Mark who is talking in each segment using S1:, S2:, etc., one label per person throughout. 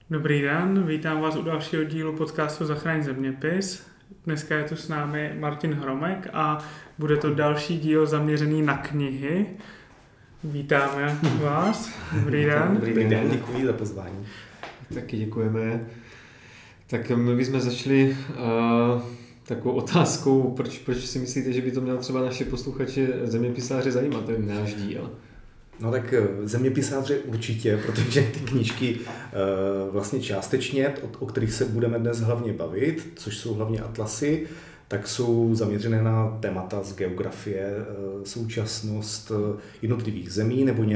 S1: Dobrý den, vítám vás u dalšího dílu podcastu Zachraň zeměpis. Dneska je tu s námi Martin Hromek a bude to další díl zaměřený na knihy. Vítáme vás. Dobrý den.
S2: Dobrý den, děkuji za pozvání.
S3: Taky děkujeme. Tak my bychom začali takovou otázkou, proč si myslíte, že by to mělo třeba naše posluchače zeměpisáře zajímat, ten náš díl?
S2: No tak zeměpisáře určitě, protože ty knížky vlastně částečně, o kterých se budeme dnes hlavně bavit, což jsou hlavně atlasy, tak jsou zaměřené na témata z geografie, současnost jednotlivých zemí nebo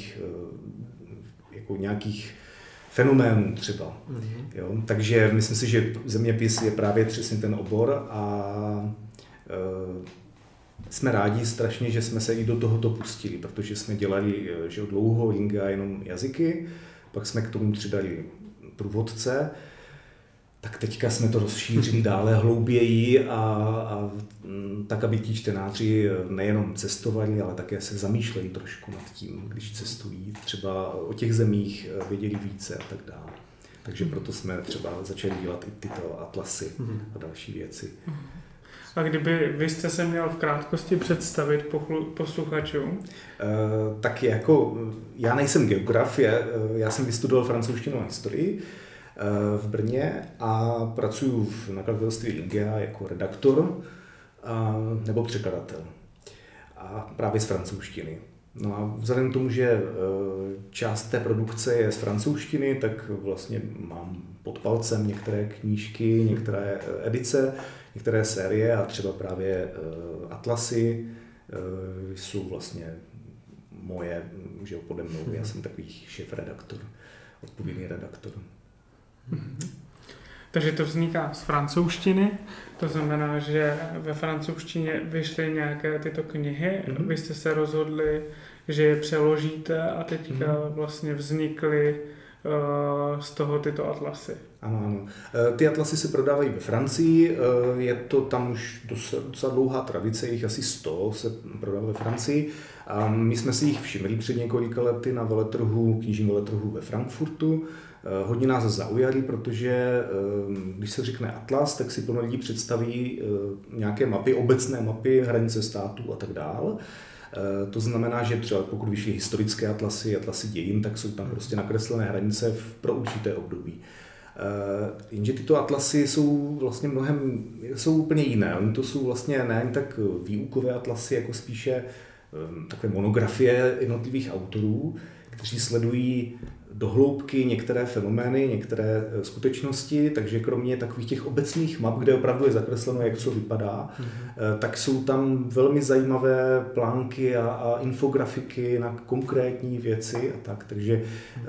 S2: nějakých fenoménů třeba. Mm-hmm. Jo? Takže myslím si, že zeměpis je právě přesně ten obor a jsme rádi strašně, že jsme se i do tohoto pustili, protože jsme dělali dlouho Linga jenom jazyky, pak jsme k tomu přidali průvodce, tak teďka jsme to rozšířili dále hlouběji a tak, aby ti čtenáři nejenom cestovali, ale také se zamýšleli trošku nad tím, když cestují, třeba o těch zemích věděli více a tak dále. Takže proto jsme třeba začali dělat i tyto atlasy a další věci.
S1: A kdyby vy jste se měl v krátkosti představit posluchačům?
S2: Tak jako já nejsem geograf, já jsem vystudoval francouzštinu a historii v Brně a pracuji v nakladatelství Lingia jako redaktor nebo překladatel. A právě z francouzštiny. No a vzhledem k tomu, že část té produkce je z francouzštiny, tak vlastně mám pod palcem některé knížky, některé edice, některé série a třeba právě atlasy jsou vlastně moje, že pode mnou, já jsem takový šéf-redaktor, odpovědný redaktor.
S1: Takže to vzniká z francouzštiny, to znamená, že ve francouzštině vyšly nějaké tyto knihy, vy jste se rozhodli, že je přeložíte a teďka vlastně vznikly z toho tyto atlasy.
S2: Ano. Ty atlasy se prodávají ve Francii, je to tam už docela dlouhá tradice, jich asi 100 se prodává ve Francii. A my jsme si jich všimli před několika lety na knižním veletrhu ve Frankfurtu. Hodně nás zaujali, protože když se řekne atlas, tak si plno lidí představí nějaké mapy, obecné mapy, hranice států a tak dále. To znamená, že třeba pokud vyšly historické atlasy dějin, tak jsou tam prostě nakreslené hranice pro určité období. Jenže tyto atlasy jsou vlastně jsou úplně jiné. Oni to jsou vlastně ne tak výukové atlasy, jako spíše takové monografie jednotlivých autorů, kteří sledují do hloubky některé fenomény, některé skutečnosti, takže kromě takových těch obecných map, kde opravdu je zakresleno, jak co vypadá, tak jsou tam velmi zajímavé plánky a infografiky na konkrétní věci a tak, takže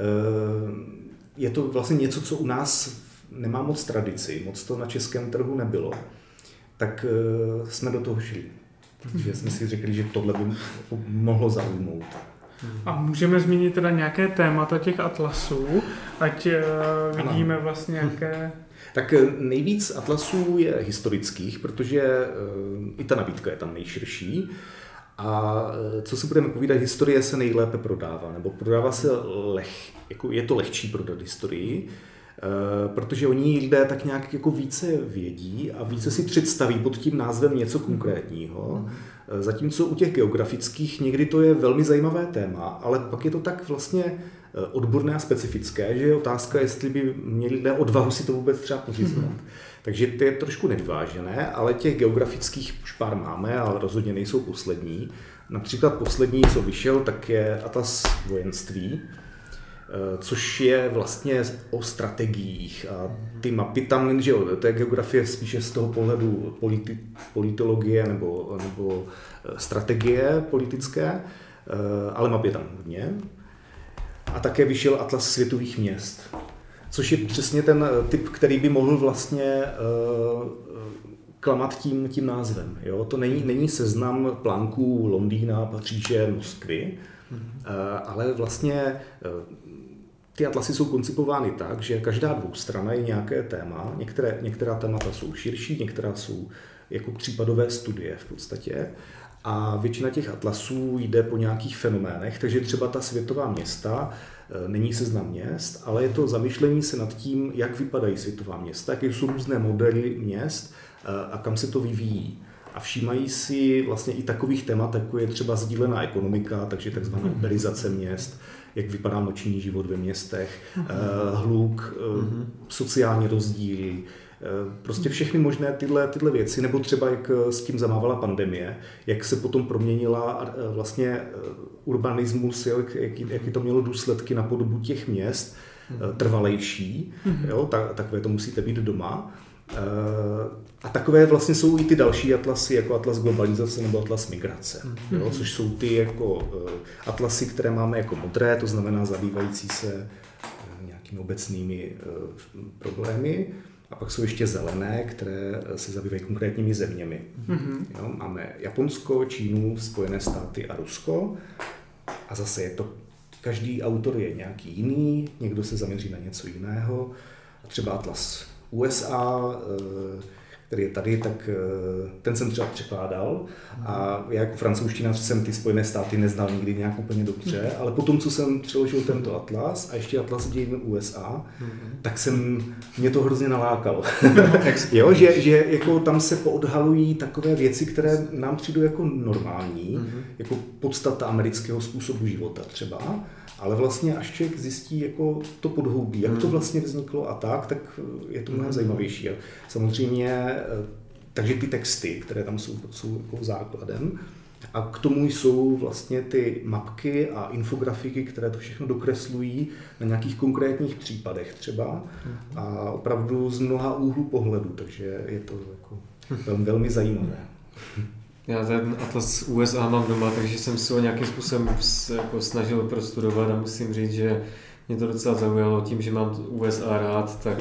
S2: je to vlastně něco, co u nás nemá moc tradici, moc to na českém trhu nebylo, tak jsme do toho šli, protože jsme si řekli, že tohle by mohlo zaujmout.
S1: A můžeme zmínit teda nějaké témata těch atlasů, ať vidíme vlastně nějaké...
S2: Tak nejvíc atlasů je historických, protože i ta nabídka je tam nejširší. A co si budeme povídat, historie se nejlépe prodává, nebo prodává se je to lehčí prodat historii, protože oni lidé tak nějak jako více vědí a více si představí pod tím názvem něco konkrétního. Zatímco u těch geografických někdy to je velmi zajímavé téma, ale pak je to tak vlastně odborné a specifické, že je otázka, jestli by měli lidé odvahu si to vůbec třeba pořizovat. Takže to je trošku nevyvážené, ale těch geografických už pár máme, ale rozhodně nejsou poslední. Například poslední, co vyšel, tak je Atlas vojenství, což je vlastně o strategiích a ty mapy tam, že jo, to je geografie spíše z toho pohledu politologie nebo strategie politické, ale map je tam hodně. A také vyšel Atlas světových měst, což je přesně ten typ, který by mohl vlastně klamat tím názvem. Jo? To není seznam plánků Londýna, Paříže, Moskvy, ale vlastně ty atlasy jsou koncipovány tak, že každá dvoustrana je nějaké téma, některá témata jsou širší, některá jsou jako případové studie v podstatě. a většina těch atlasů jde po nějakých fenoménech, takže třeba ta světová města není seznam měst, ale je to zamyšlení se nad tím, jak vypadají světová města, jaké jsou různé modely měst a kam se to vyvíjí. A všímají si vlastně i takových témat, jako je třeba sdílená ekonomika, takže takzvaná uberizace měst, jak vypadá noční život ve městech, hluk, sociální rozdíly, prostě všechny možné tyhle věci, nebo třeba jak s tím zamávala pandemie, jak se potom proměnila vlastně urbanismus, jaký to mělo důsledky na podobu těch měst, trvalejší, jo, takové to musíte být doma. A takové vlastně jsou i ty další atlasy, jako atlas globalizace nebo atlas migrace, jo, což jsou ty jako atlasy, které máme jako modré, to znamená zabývající se nějakými obecnými problémy. A pak jsou ještě zelené, které se zabývají konkrétními zeměmi. Jo, máme Japonsko, Čínu, Spojené státy a Rusko. A zase je to, každý autor je nějaký jiný, někdo se zaměří na něco jiného. A třeba atlas USA, který je tady, tak ten jsem třeba překládal a já jako francouzštinař jsem ty Spojené státy neznal nikdy nějak úplně dobře, ale potom, co jsem přeložil tento atlas a ještě atlas dějin USA, tak mě to hrozně nalákalo. Jo, že jako tam se poodhalují takové věci, které nám přijdou jako normální, jako podstata amerického způsobu života třeba, ale vlastně až člověk zjistí jako to podhoubí, jak to vlastně vzniklo a tak je to mnohem zajímavější. A samozřejmě, takže ty texty, které tam jsou jako základem, a k tomu jsou vlastně ty mapky a infografiky, které to všechno dokreslují na nějakých konkrétních případech třeba a opravdu z mnoha úhlů pohledu, takže je to jako velmi zajímavé.
S3: Já ten atlas USA mám doma, takže jsem se ho nějakým způsobem jako snažil prostudovat a musím říct, že mě to docela zaujalo tím, že mám USA rád, tak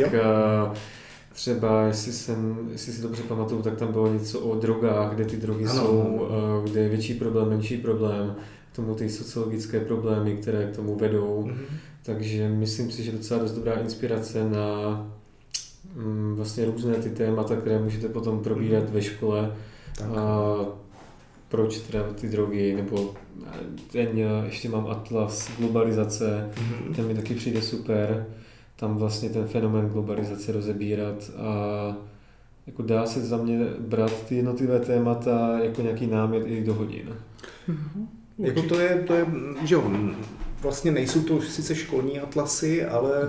S3: třeba, jestli si dobře pamatuju, tak tam bylo něco o drogách, kde ty drogy jsou, kde je větší problém, menší problém, k tomu ty sociologické problémy, které k tomu vedou. Takže myslím si, že docela dost dobrá inspirace na vlastně různé ty témata, které můžete potom probírat ve škole. A proč teda ty drogy, nebo ještě mám atlas globalizace, ten mi taky přijde super, tam vlastně ten fenomén globalizace rozebírat a jako dá se za mě brát ty jednotlivé témata jako nějaký námět i do hodin.
S2: Jako to je, že jo, vlastně nejsou to sice školní atlasy, ale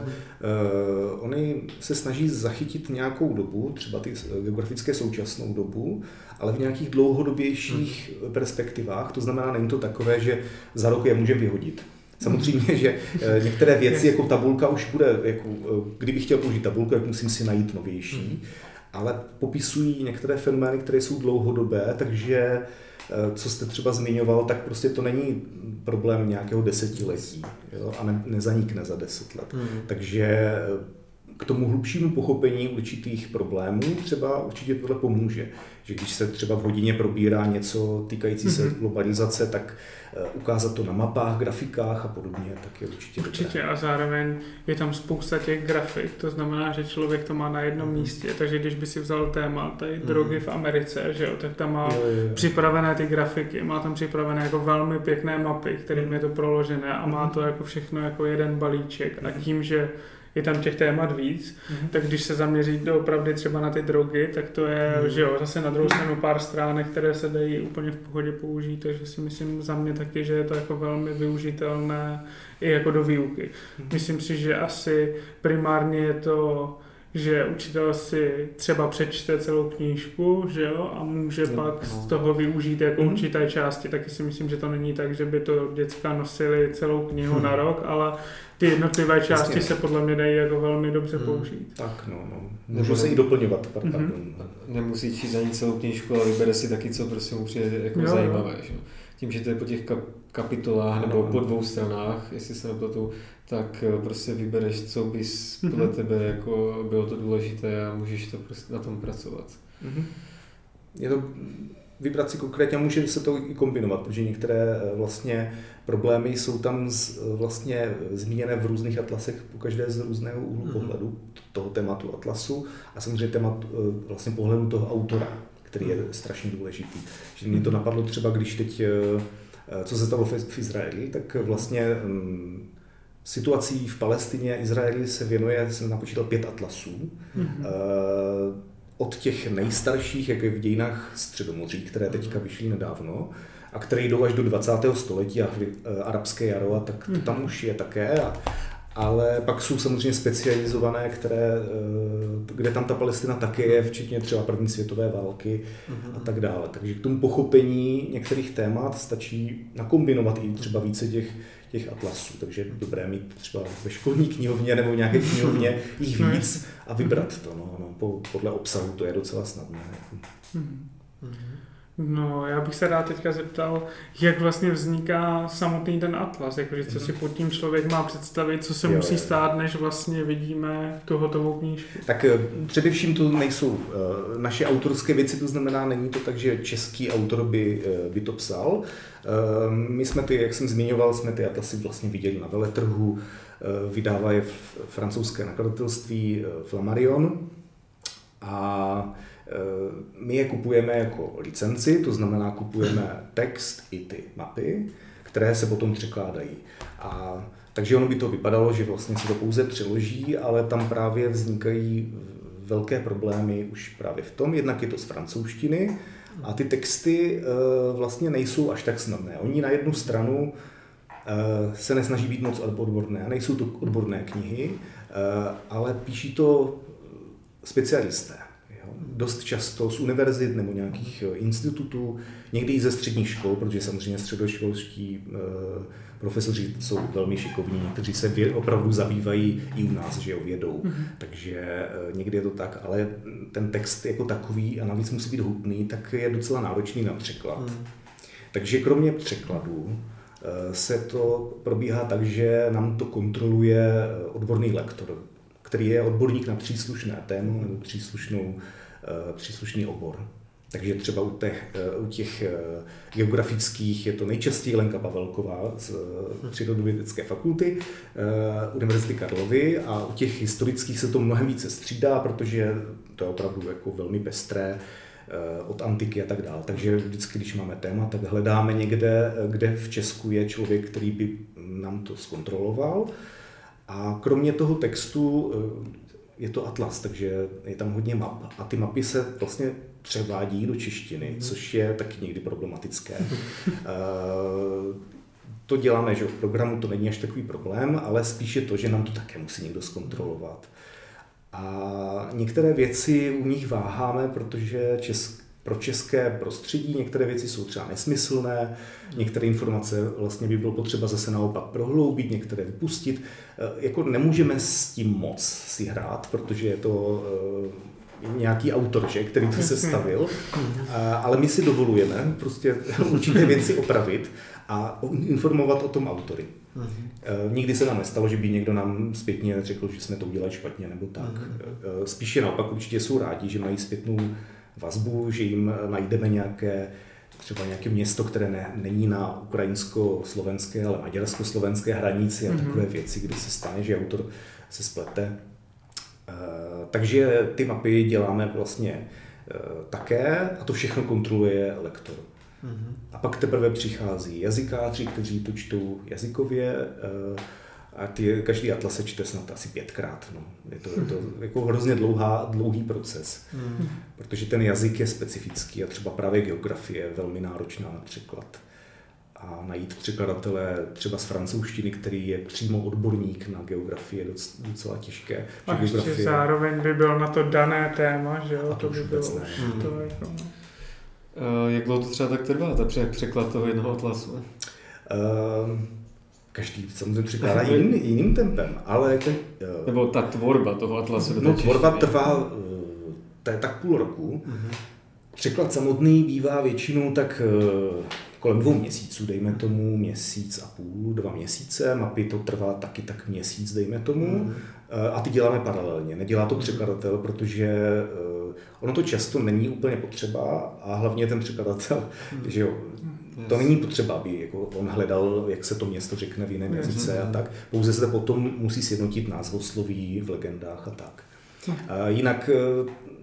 S2: oni se snaží zachytit nějakou dobu, třeba ty geografické současnou dobu, ale v nějakých dlouhodobějších perspektivách. To znamená, není to takové, že za rok je můžeme vyhodit. Samozřejmě, že některé věci, jako tabulka už bude, jako, kdybych chtěl použít tabulku, tak musím si najít novější, ale popisují některé fenomény, které jsou dlouhodobé, takže co jste třeba zmiňoval, tak prostě to není problém nějakého desetiletí, jo, a nezanikne za 10 let. Takže k tomu hlubšímu pochopení určitých problémů třeba určitě tohle pomůže. Že když se třeba v hodině probírá něco týkající se globalizace, tak ukázat to na mapách, grafikách a podobně, tak je určitě
S1: dobré. A zároveň je tam spousta těch grafik, to znamená, že člověk to má na jednom místě, takže když by si vzal téma tady drogy v Americe, že jo, tak tam má připravené ty grafiky, má tam připravené jako velmi pěkné mapy, kterým je to proložené a má to jako všechno jako jeden balíček a tím, že je tam těch témat víc, tak když se zaměří doopravdy třeba na ty drogy, tak to je, že jo, zase na druhou stranu pár stránek, které se dají úplně v pohodě použít, takže si myslím za mě taky, že je to jako velmi využitelné i jako do výuky. Myslím si, že asi primárně je to, že učitel si třeba přečte celou knížku, že jo, a může pak z toho využít jako určité části. Taky si myslím, že to není tak, že by to děcka nosili celou knihu na rok, ale ty jednotlivé části se podle mě dají jako velmi dobře použít.
S2: Tak můžu se i doplňovat.
S3: Nemusí číst ani celou knížku, ale vybere si taky, co prostě mu přijde jako zajímavé. Že? Tím, že to je po těch kapitolách nebo po 2 stranách, jestli se nepletu, tak prostě vybereš, co bys podle tebe jako bylo to důležité a můžeš to prostě na tom pracovat.
S2: Je to vybrat si konkrétně, může se to i kombinovat, protože některé vlastně problémy jsou tam vlastně zmíněné v různých atlasech, pokaždé z různého úhlu pohledu toho tématu atlasu a samozřejmě témat vlastně pohledu toho autora, který je strašně důležitý. Že mě to napadlo třeba, když teď, co se stalo v Izraeli, tak vlastně situací v Palestině a Izraeli se věnuje, jsem napočítal 5 atlasů. Od těch nejstarších, jak je v dějinách Středomoří, které teďka vyšly nedávno, a které jdou až do 20. století a arabské jaro, a tak to tam už je také. Ale pak jsou samozřejmě specializované, kde tam ta Palestina také je, včetně třeba první světové války a tak dále. Takže k tomu pochopení některých témat stačí nakombinovat i třeba více těch atlasů. Takže je dobré mít třeba ve školní knihovně nebo nějaké knihovně jich víc a vybrat to. Podle obsahu to je docela snadné.
S1: No, já bych se rád teďka zeptal, jak vlastně vzniká samotný ten atlas, jakože co si pod tím člověk má představit, co se musí stát, než vlastně vidíme tu hotovou knížku.
S2: Tak především to nejsou naše autorské věci, to znamená, není to tak, že český autor by to psal. My jsme jak jsem zmiňoval, jsme ty atlasy vlastně viděli na veletrhu, vydává je francouzské nakladatelství Flammarion a my je kupujeme jako licenci, to znamená kupujeme text i ty mapy, které se potom překládají. Takže ono by to vypadalo, že vlastně se to pouze přeloží, ale tam právě vznikají velké problémy už právě v tom, jednak je to z francouzštiny a ty texty vlastně nejsou až tak snadné. Oni na jednu stranu se nesnaží být moc odborné, nejsou to odborné knihy, ale píší to specialisté. Dost často z univerzit nebo nějakých institutů, někdy i ze středních škol, protože samozřejmě středoškolští profesoři jsou velmi šikovní, kteří se opravdu zabývají i u nás, že jo, vědou. Takže někdy je to tak, ale ten text jako takový a navíc musí být hutný, tak je docela náročný na překlad. Takže kromě překladů se to probíhá tak, že nám to kontroluje odborný lektor, který je odborník na příslušné téma nebo příslušný obor. Takže třeba u těch geografických je to nejčastěji Lenka Pavelková z Přírodovědecké fakulty Univerzity Karlovy a u těch historických se to mnohem více střídá, protože to je opravdu jako velmi pestré od antiky a tak dále. Takže vždycky, když máme téma, tak hledáme někde, kde v Česku je člověk, který by nám to zkontroloval. A kromě toho textu je to atlas, takže je tam hodně map a ty mapy se vlastně převádí do češtiny, což je taky někdy problematické. To děláme, že v programu to není až takový problém, ale spíše to, že nám to také musí někdo zkontrolovat. A některé věci u nich váháme, protože pro české prostředí některé věci jsou třeba nesmyslné, některé informace vlastně by bylo potřeba zase naopak prohloubit, některé vypustit. Jako nemůžeme s tím moc si hrát, protože je to nějaký autor, že, který to sestavil, ale my si dovolujeme prostě určité věci opravit a informovat o tom autory. Nikdy se nám nestalo, že by někdo nám zpětně řekl, že jsme to udělali špatně nebo tak. Spíše naopak určitě jsou rádi, že mají zpětnou vazbu, že jim najdeme třeba nějaké město, které není na ukrajinsko-slovenské, ale maďarsko-slovenské hranici a takové věci, kdy se stane, že autor se splete. Takže ty mapy děláme vlastně také a to všechno kontroluje lektor. A pak teprve přichází jazykáři, kteří to čtou jazykově a každý atlas se čte snad asi 5krát. No. Je to jako hrozně dlouhý proces, protože ten jazyk je specifický a třeba právě geografie je velmi náročná na překlad. A najít překladatele třeba z francouzštiny, který je přímo odborník na geografii, je docela těžké.
S1: A ještě zároveň by byl na to dané téma, že jo? To by bylo to jako...
S3: Jak dlouho to třeba tak trvá, ta překlad toho jednoho atlasu?
S2: Každý samozřejmě překládá jiným tempem, ale...
S3: Nebo ta tvorba toho atlasu?
S2: No, tvorba trvá tak půl roku. Překlad samotný bývá většinou tak kolem 2 měsíců, dejme tomu 1,5 měsíce, 2 měsíce. Mapy to trvá taky tak měsíc, dejme tomu. A ty děláme paralelně. Nedělá to překladatel, protože ono to často není úplně potřeba a hlavně ten překladatel, že jo, to není potřeba, aby jako on hledal, jak se to město řekne v jiném jazyce a tak. Pouze se potom musí sjednotit názvosloví v legendách a tak. Jinak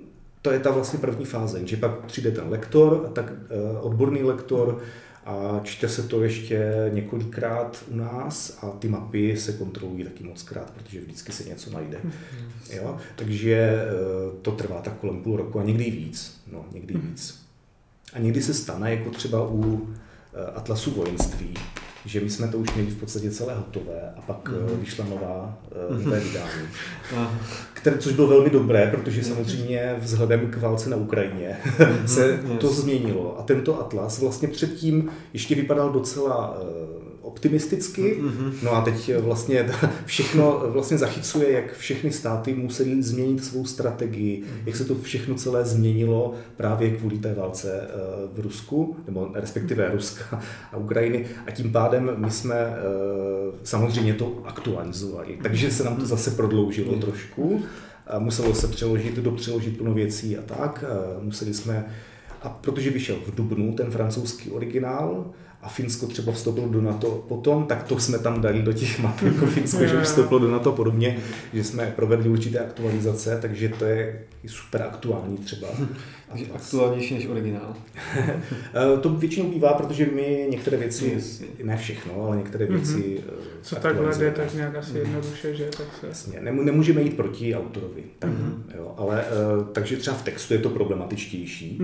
S2: to je ta vlastně první fáze, že pak přijde ten lektor, tak odborný lektor a čte se to ještě několikrát u nás a ty mapy se kontrolují taky mockrát, protože vždycky se něco najde. Jo? Takže to trvá tak kolem půl roku a někdy víc. No, někdy víc. A někdy se stane, jako třeba u Atlasu vojenství, že my jsme to už měli v podstatě celé hotové a pak vyšla nové vydání. Což bylo velmi dobré, protože samozřejmě vzhledem k válce na Ukrajině se to změnilo. A tento atlas vlastně předtím ještě vypadal docela optimisticky. No a teď vlastně všechno vlastně zachycuje, jak všechny státy museli změnit svou strategii, jak se to všechno celé změnilo právě kvůli té válce v Rusku, nebo respektive Ruska a Ukrajiny. A tím pádem my jsme samozřejmě to aktualizovali. Takže se nám to zase prodloužilo trošku. Muselo se přeložit plno věcí a tak. Museli jsme, a protože vyšel v dubnu ten francouzský originál, a Finsko třeba vstoupilo do NATO potom, tak to jsme tam dali do těch map jako Finsko, že vstoupilo do NATO podobně, že jsme provedli určité aktualizace, takže to je super aktuální třeba.
S3: Takže aktuálnější než originál.
S2: To většinou bývá, protože my některé věci, ne všechno, ale některé věci
S1: co takhle jde, tak nějak asi jednoduše, že? Tak se...
S2: Jasně, nemůžeme jít proti autorovi. Tak, jo, ale, takže třeba v textu je to problematičtější.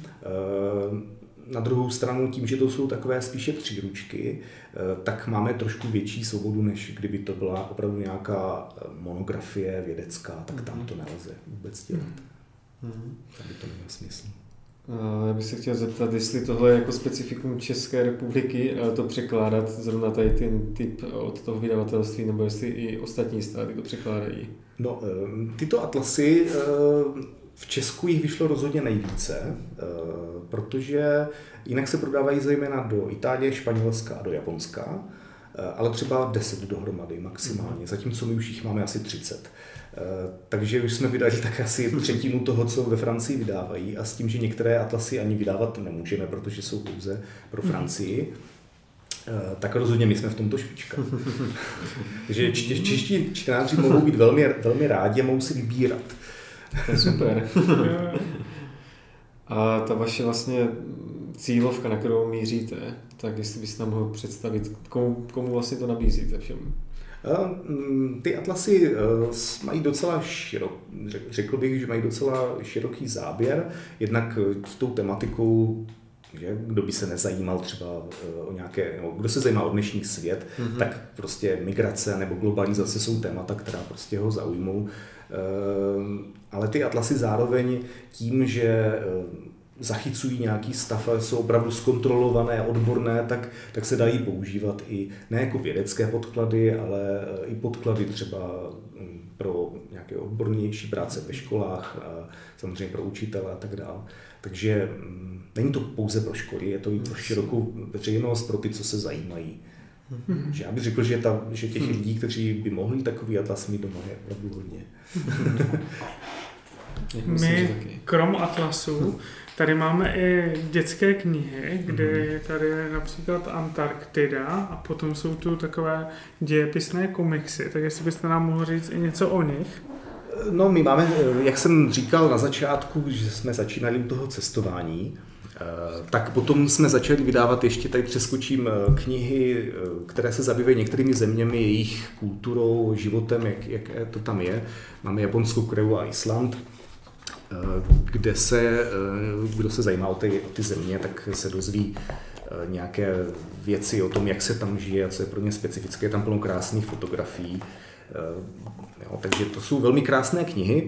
S2: Na druhou stranu tím, že to jsou takové spíše příručky, tak máme trošku větší svobodu, než kdyby to byla opravdu nějaká monografie vědecká, tak tam to nelze vůbec dělat. Tam by to nemělo smysl.
S3: Já bych se chtěl zeptat, jestli tohle je jako specifikum České republiky, to překládat zrovna tady ten typ od toho vydavatelství, nebo jestli i ostatní státy to překládají?
S2: No, tyto atlasy, v Česku jich vyšlo rozhodně nejvíce, protože jinak se prodávají zejména do Itálie, Španělska a do Japonska, ale třeba 10 dohromady maximálně, zatímco my už jich máme asi 30. Takže už jsme vydali tak asi třetinu toho, co ve Francii vydávají, a s tím, že některé atlasy ani vydávat nemůžeme, protože jsou pouze pro Francii, tak rozhodně my jsme v tomto špička. Takže čeští čtenáři mohou být velmi rádi a mohou si vybírat.
S3: To je super. A ta vaše vlastně cílovka, na kterou míříte, tak jestli byste nám mohl představit, komu vlastně to nabízíte všem?
S2: Ty atlasy mají docela řekl bych, že mají docela široký záběr, jednak s tou tematikou, že kdo by se nezajímal třeba o nějaké, nebo kdo se zajímá o dnešní svět, tak prostě migrace nebo globalizace jsou témata, která prostě ho zaujmou. Ale ty atlasy zároveň tím, že zachycují nějaký stav a jsou opravdu zkontrolované, odborné, tak se dají používat i ne jako vědecké podklady, ale i podklady třeba pro nějaké odbornější práce ve školách, a samozřejmě pro učitele a tak dále. Takže není to pouze pro školy, je to i pro širokou veřejnost, pro ty, co se zajímají. Že já bych řekl, že těch lidí, kteří by mohli takový atlas mít doma, je opravdu hodně.
S1: My, krom atlasů, tady máme i dětské knihy, kde tady je například Antarktida a potom jsou tu takové dějepisné komiksy, tak jestli byste nám mohl říct i něco o nich?
S2: No, my máme, jak jsem říkal na začátku, že jsme začínali u toho cestování, tak potom jsme začali vydávat, ještě tady přeskočím, knihy, které se zabývají některými zeměmi, jejich kulturou, životem, jak to tam je. Máme Japonskou, Koreu a Island, kde kdo se zajímá o ty země, tak se dozví nějaké věci o tom, jak se tam žije a co je pro ně specifické. Je tam plno krásných fotografií. Jo, takže to jsou velmi krásné knihy,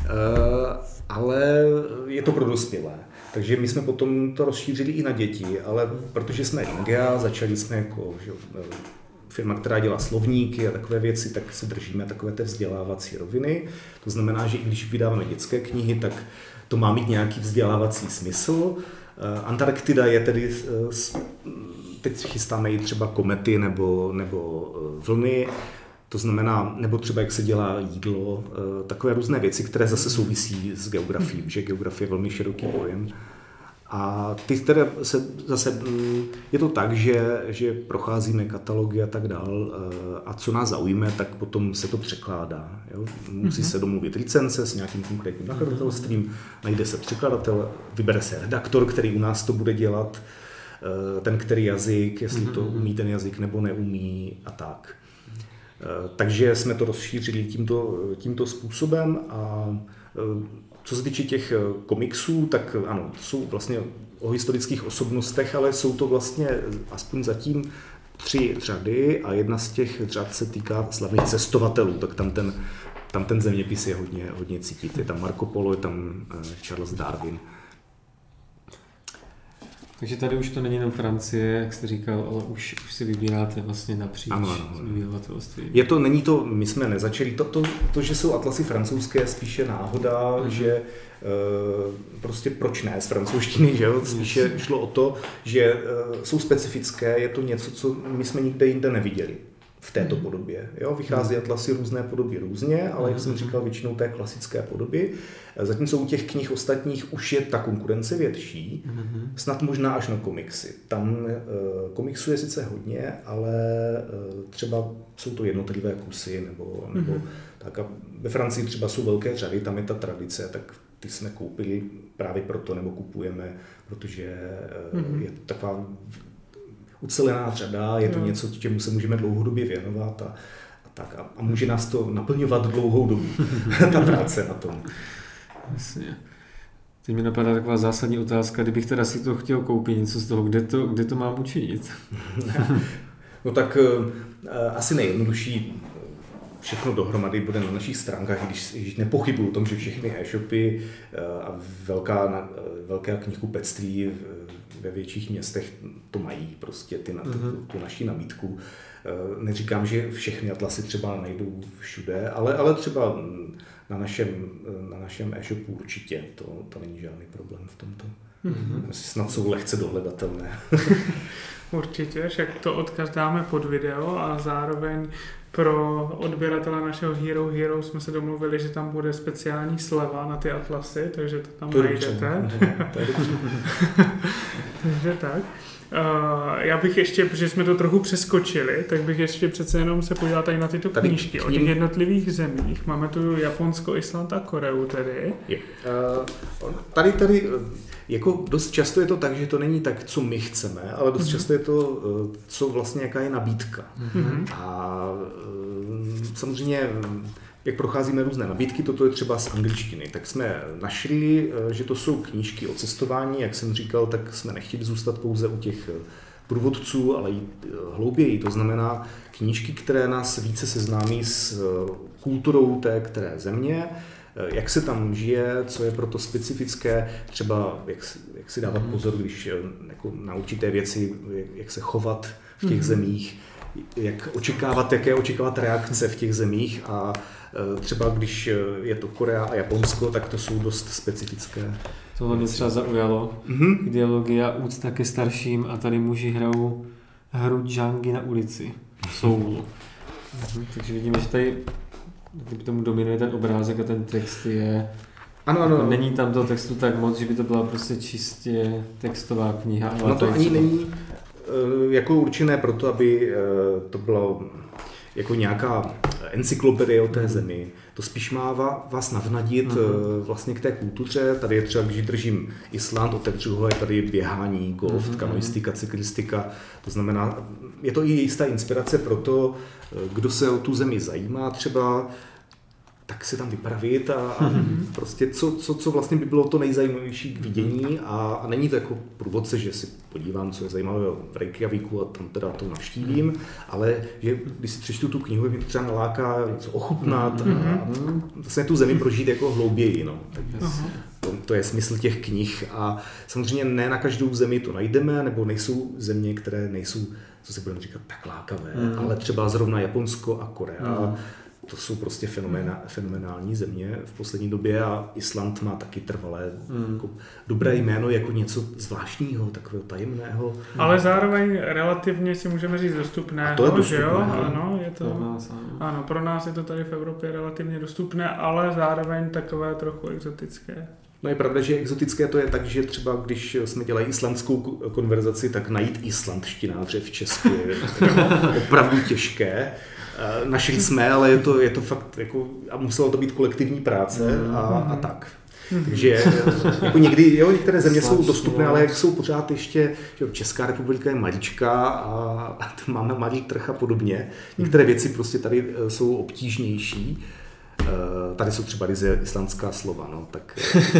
S2: ale je to pro dospělé. Takže my jsme potom to rozšířili i na děti, ale protože jsme Ringea, začali jsme jako firma, která dělá slovníky a takové věci, tak se držíme takové té vzdělávací roviny. To znamená, že i když vydáváme dětské knihy, tak to má mít nějaký vzdělávací smysl. Antarktida je tedy, teď chystáme i třeba komety nebo vlny, to znamená, nebo třeba jak se dělá jídlo, takové různé věci, které zase souvisí s geografií, že geografie je velmi široký pojem. A ty, které se zase, je to tak, že procházíme katalogy a tak dál a co nás zaujme, tak potom se to překládá. Jo? Musí se domluvit licence s nějakým konkrétním nakladatelstvím, najde se překladatel, vybere se redaktor, který u nás to bude dělat, ten který jazyk, jestli to umí ten jazyk nebo neumí a tak. Takže jsme to rozšířili tímto způsobem a co se týče těch komiksů, tak ano, jsou vlastně o historických osobnostech, ale jsou to vlastně aspoň zatím 3 řady a jedna z těch řad se týká slavných cestovatelů, tak tam ten zeměpis je hodně cítit. Je tam Marco Polo, je tam Charles Darwin.
S3: Takže tady už to není jenom Francie, jak jste říkal, ale už si vybíráte vlastně napříč vydavatelství.
S2: My jsme nezačali, to, že jsou atlasy francouzské, je spíše náhoda, že prostě proč ne z francouzštiny, že jo? Spíše šlo o to, že jsou specifické, je to něco, co my jsme nikde jinde neviděli v této podobě. Jo? Vychází atlasy různé podoby různě, ale jak jsem říkal, většinou té klasické podoby. Zatímco u těch knih ostatních už je ta konkurence větší, snad možná až na komiksy. Tam komiksů je sice hodně, ale třeba jsou to jednotlivé kusy nebo tak. A ve Francii třeba jsou velké řady, tam je ta tradice, tak ty jsme koupili právě proto, nebo kupujeme, protože je taková ucelená řada, je to něco, čemu se můžeme dlouhodobě věnovat a může nás to naplňovat dlouhou dobu, ta práce na tom.
S3: Jasně. Teď mi napadá taková zásadní otázka, kdybych teda si to chtěl koupit, něco z toho, kde to mám učinit?
S2: No tak asi nejjednodušší všechno dohromady bude na našich stránkách, když nepochybuju o tom, že všechny e-shopy a velké knihkupectví ve větších městech to mají prostě tu naši nabídku. Neříkám, že všechny atlasy třeba najdou všude, ale třeba na našem e-shopu určitě to není žádný problém v tomto. Snad jsou lehce dohledatelné.
S1: Určitě, však to odkaz dáme pod video a zároveň pro odběratele našeho Hero jsme se domluvili, že tam bude speciální sleva na ty atlasy, takže to tam najdete. Takže tak. Já bych ještě, protože jsme to trochu přeskočili, tak bych ještě přece jenom se podíval tady na tyto knížky o těch jednotlivých zemích. Máme tu Japonsko, Island a Koreu tedy.
S2: Tady jako dost často je to tak, že to není tak, co my chceme, ale dost často je to, co vlastně jaká je nabídka. A samozřejmě, jak procházíme různé nabídky, toto je třeba z angličtiny, tak jsme našli, že to jsou knížky o cestování, jak jsem říkal, tak jsme nechtěli zůstat pouze u těch průvodců, ale jít hlouběji, to znamená knížky, které nás více seznámí s kulturou té které země, jak se tam žije, co je proto specifické, třeba jak si dávat pozor, když jako na určité věci, jak se chovat v těch zemích, jaké očekávat reakce v těch zemích a třeba když je to Korea a Japonsko, tak to jsou dost specifické.
S3: Tohle mě třeba zaujalo. Ideologie a úcta ke starším a tady muži hrajou hru džangy na ulici v Soulu. Takže vidíme, že tady kdyby tomu dominuje ten obrázek a ten text je... Ano. Není tam toho textu tak moc, že by to byla prostě čistě textová kniha. Ale
S2: to ani není jako určené proto, aby to bylo jako nějaká encyklopedie o té zemi. To spíš má vás navnadit vlastně k té kultuře. Tady je třeba, když držím Island, otevřu ho, je tady běhání, golf, kanoistika, cyklistika. To znamená, je to i jistá inspirace pro to, kdo se o tu zemi zajímá třeba, tak se tam vypravit a prostě co vlastně by bylo to nejzajímavější k vidění a není to jako průvodce, že si podívám, co je zajímavé v Reykjavíku a tam teda to navštívím, ale že když si přečtu tu knihu, mě třeba naláká něco ochutnat a vlastně tu zemi prožít jako hlouběji. No. To je smysl těch knih a samozřejmě ne na každou zemi to najdeme, nebo nejsou země, které nejsou, co se budeme říkat, tak lákavé, ale třeba zrovna Japonsko a Korea. To jsou prostě fenomenální země v poslední době a Island má taky trvalé jako dobré jméno jako něco zvláštního, takového tajemného.
S1: Ale zároveň relativně si můžeme říct dostupného,
S2: to je dostupné,
S1: že jo? Ano, je to, ano, pro nás je to tady v Evropě relativně dostupné, ale zároveň takové trochu exotické.
S2: No je pravda, že exotické to je tak, že třeba když jsme dělali islandskou konverzaci, tak najít islandštináře v Česku je opravdu těžké. Našli jsme, ale je to fakt, jako, a muselo to být kolektivní práce a tak. Takže jako některé země jsou dostupné, ale jak jsou pořád ještě, že Česká republika je maličká a máme malý trh a podobně. Některé věci prostě tady jsou obtížnější. Tady jsou třeba ryze islandská slova, no, tak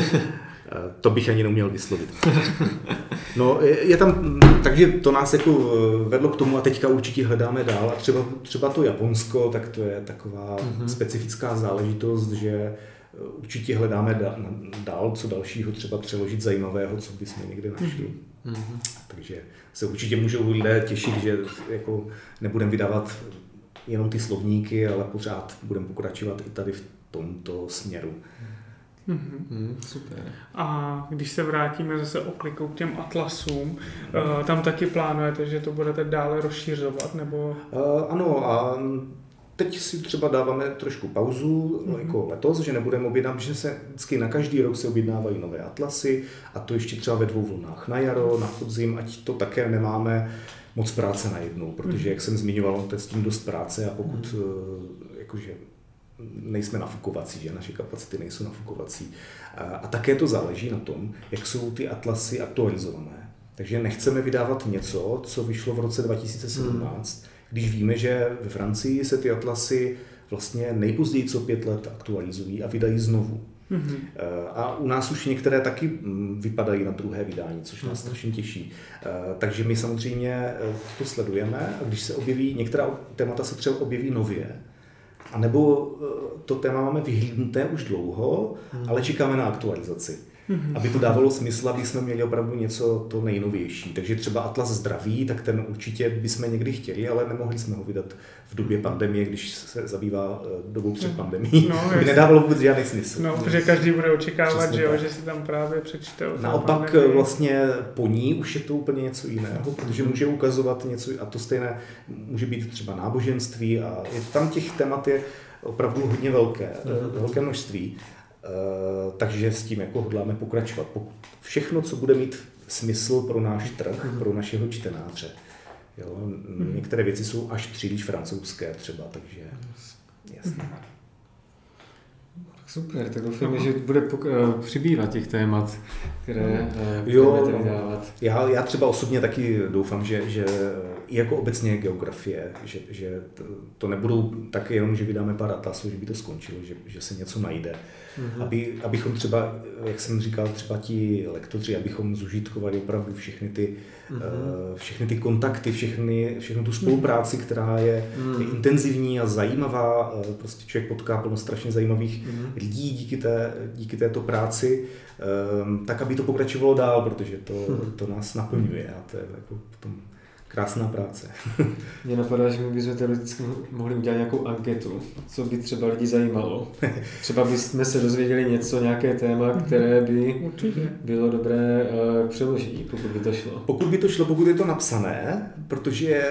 S2: to bych ani neuměl vyslovit. No, je tam, takže to nás jako vedlo k tomu a teďka určitě hledáme dál a třeba to Japonsko, tak to je taková specifická záležitost, že určitě hledáme dál, co dalšího třeba přeložit zajímavého, co bychom někde našli. Takže se určitě můžou lidé těšit, že jako nebudeme vydávat jenom ty slovníky, ale pořád budeme pokračovat i tady v tomto směru.
S3: Super.
S1: A když se vrátíme zase oklikou k těm atlasům, tam taky plánujete, že to budete dále rozšířovat, nebo?
S2: Ano, a teď si třeba dáváme trošku pauzu, jako letos, že nebudeme objednávat, že se vždycky na každý rok se objednávají nové atlasy a to ještě třeba ve 2 vlnách, na jaro, na podzim, ať to také nemáme moc práce najednou, protože jak jsem zmiňoval, to je s tím dost práce a pokud jakože nejsme nafukovací, že naše kapacity nejsou nafukovací. A také to záleží na tom, jak jsou ty atlasy aktualizované. Takže nechceme vydávat něco, co vyšlo v roce 2017, když víme, že ve Francii se ty atlasy vlastně nejpozději co 5 let aktualizují a vydají znovu. A u nás už některé taky vypadají na druhé vydání, což nás strašně těší. Takže my samozřejmě to sledujeme a když se objeví, některá témata se třeba objeví nově, a nebo to téma máme vyhlídnuté už dlouho, ale čekáme na aktualizaci. Aby to dávalo smysl, aby jsme měli opravdu něco to nejnovější. Takže třeba Atlas zdraví, tak ten určitě bychom někdy chtěli, ale nemohli jsme ho vydat v době pandemie, když se zabývá dobou před pandemií. No, by nedávalo vůbec žádný smysl.
S1: No, protože každý bude očekávat, že si tam právě přečte o
S2: naopak pandemii. Vlastně po ní už je to úplně něco jiného, protože může ukazovat něco, a to stejné může být třeba náboženství a tam těch témat je opravdu hodně velké množství. Takže s tím jako hodláme pokračovat. Všechno, co bude mít smysl pro náš trh, pro našeho čtenáře. Jo? Některé věci jsou až příliš francouzské třeba, takže jasně.
S3: Super, tak doufám, že bude přibývat těch témat, které budete vydávat.
S2: Já třeba osobně taky doufám, že i jako obecně geografie, že to nebudou tak jenom, že vydáme pár atlasů, že by to skončilo, že se něco najde. Abychom třeba, jak jsem říkal, třeba ti lektoři, abychom zužitkovali opravdu všechny ty kontakty, všechnu tu spolupráci, která je intenzivní a zajímavá. Prostě člověk potká plno strašně zajímavých lidí díky této práci, tak aby to pokračovalo dál, protože to nás naplňuje a to je jako potom krásná práce.
S3: Mě napadá, že my bychom teoreticky mohli udělat nějakou anketu, co by třeba lidi zajímalo. Třeba bychom se dozvěděli nějaké téma, které by bylo dobré přeložit, pokud by to šlo.
S2: Pokud je to napsané, protože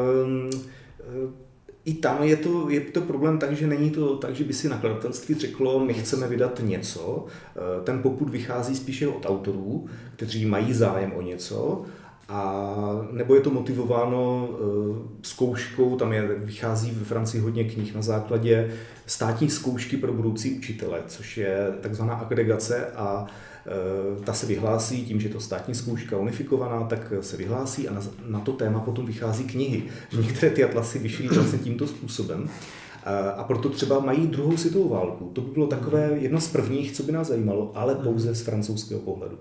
S2: i tam je to problém tak, že není to tak, že by si nakladatelství řeklo, my chceme vydat něco. Ten popud vychází spíše od autorů, kteří mají zájem o něco, a nebo je to motivováno zkouškou, tam vychází ve Francii hodně knih na základě státní zkoušky pro budoucí učitele, což je takzvaná agregace a ta se vyhlásí tím, že je to státní zkouška unifikovaná, tak se vyhlásí a na to téma potom vychází knihy. Některé ty atlasy vyšly vlastně tímto způsobem. A proto třeba mají druhou světovou válku. To by bylo takové jedno z prvních, co by nás zajímalo, ale pouze z francouzského pohledu.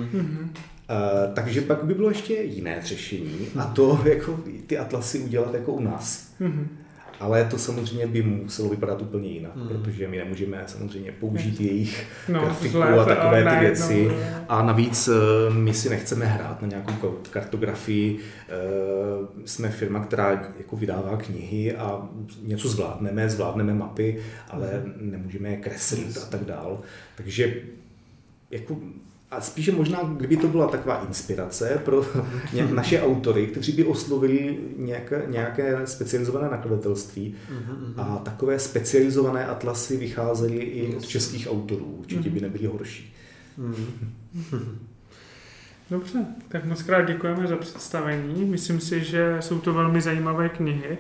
S2: Takže pak by bylo ještě jiné řešení a to jako ty atlasy udělat jako u nás. Ale to samozřejmě by muselo vypadat úplně jinak, protože my nemůžeme samozřejmě použít jejich grafiku a takové ty věci. A navíc my si nechceme hrát na nějakou kartografii. Jsme firma, která jako vydává knihy a něco zvládneme mapy, ale nemůžeme je kreslit a tak dál. Takže jako a spíše možná, kdyby to byla taková inspirace pro naše autory, kteří by oslovili nějaké specializované nakladatelství a takové specializované atlasy vycházely i od českých autorů, určitě by nebyly horší.
S1: Dobře, tak moc krát děkujeme za představení. Myslím si, že jsou to velmi zajímavé knihy.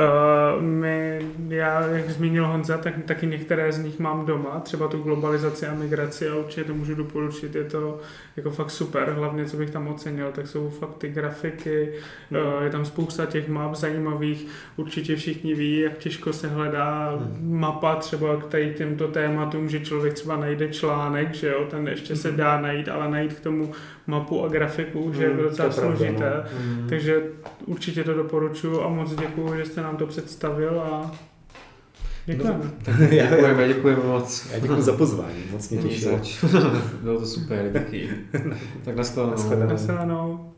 S1: Já, jak zmínil Honza, tak taky některé z nich mám doma, třeba tu globalizaci a migraci, a určitě to můžu doporučit, je to jako fakt super, hlavně co bych tam ocenil, tak jsou fakt ty grafiky, je tam spousta těch map zajímavých, určitě všichni ví, jak těžko se hledá mapa třeba k tady těmto tématům, že člověk třeba najde článek, že jo, ten ještě se dá najít, ale najít k tomu mapu a grafiku, že je docela složité, takže určitě to doporučuji a moc děkuji, že jste nám to představil a děkujeme.
S3: Děkujeme moc.
S2: Já děkuji za pozvání, moc mě těšilo.
S3: Bylo to super, díky. Tak nashledanou.
S1: Nashledanou.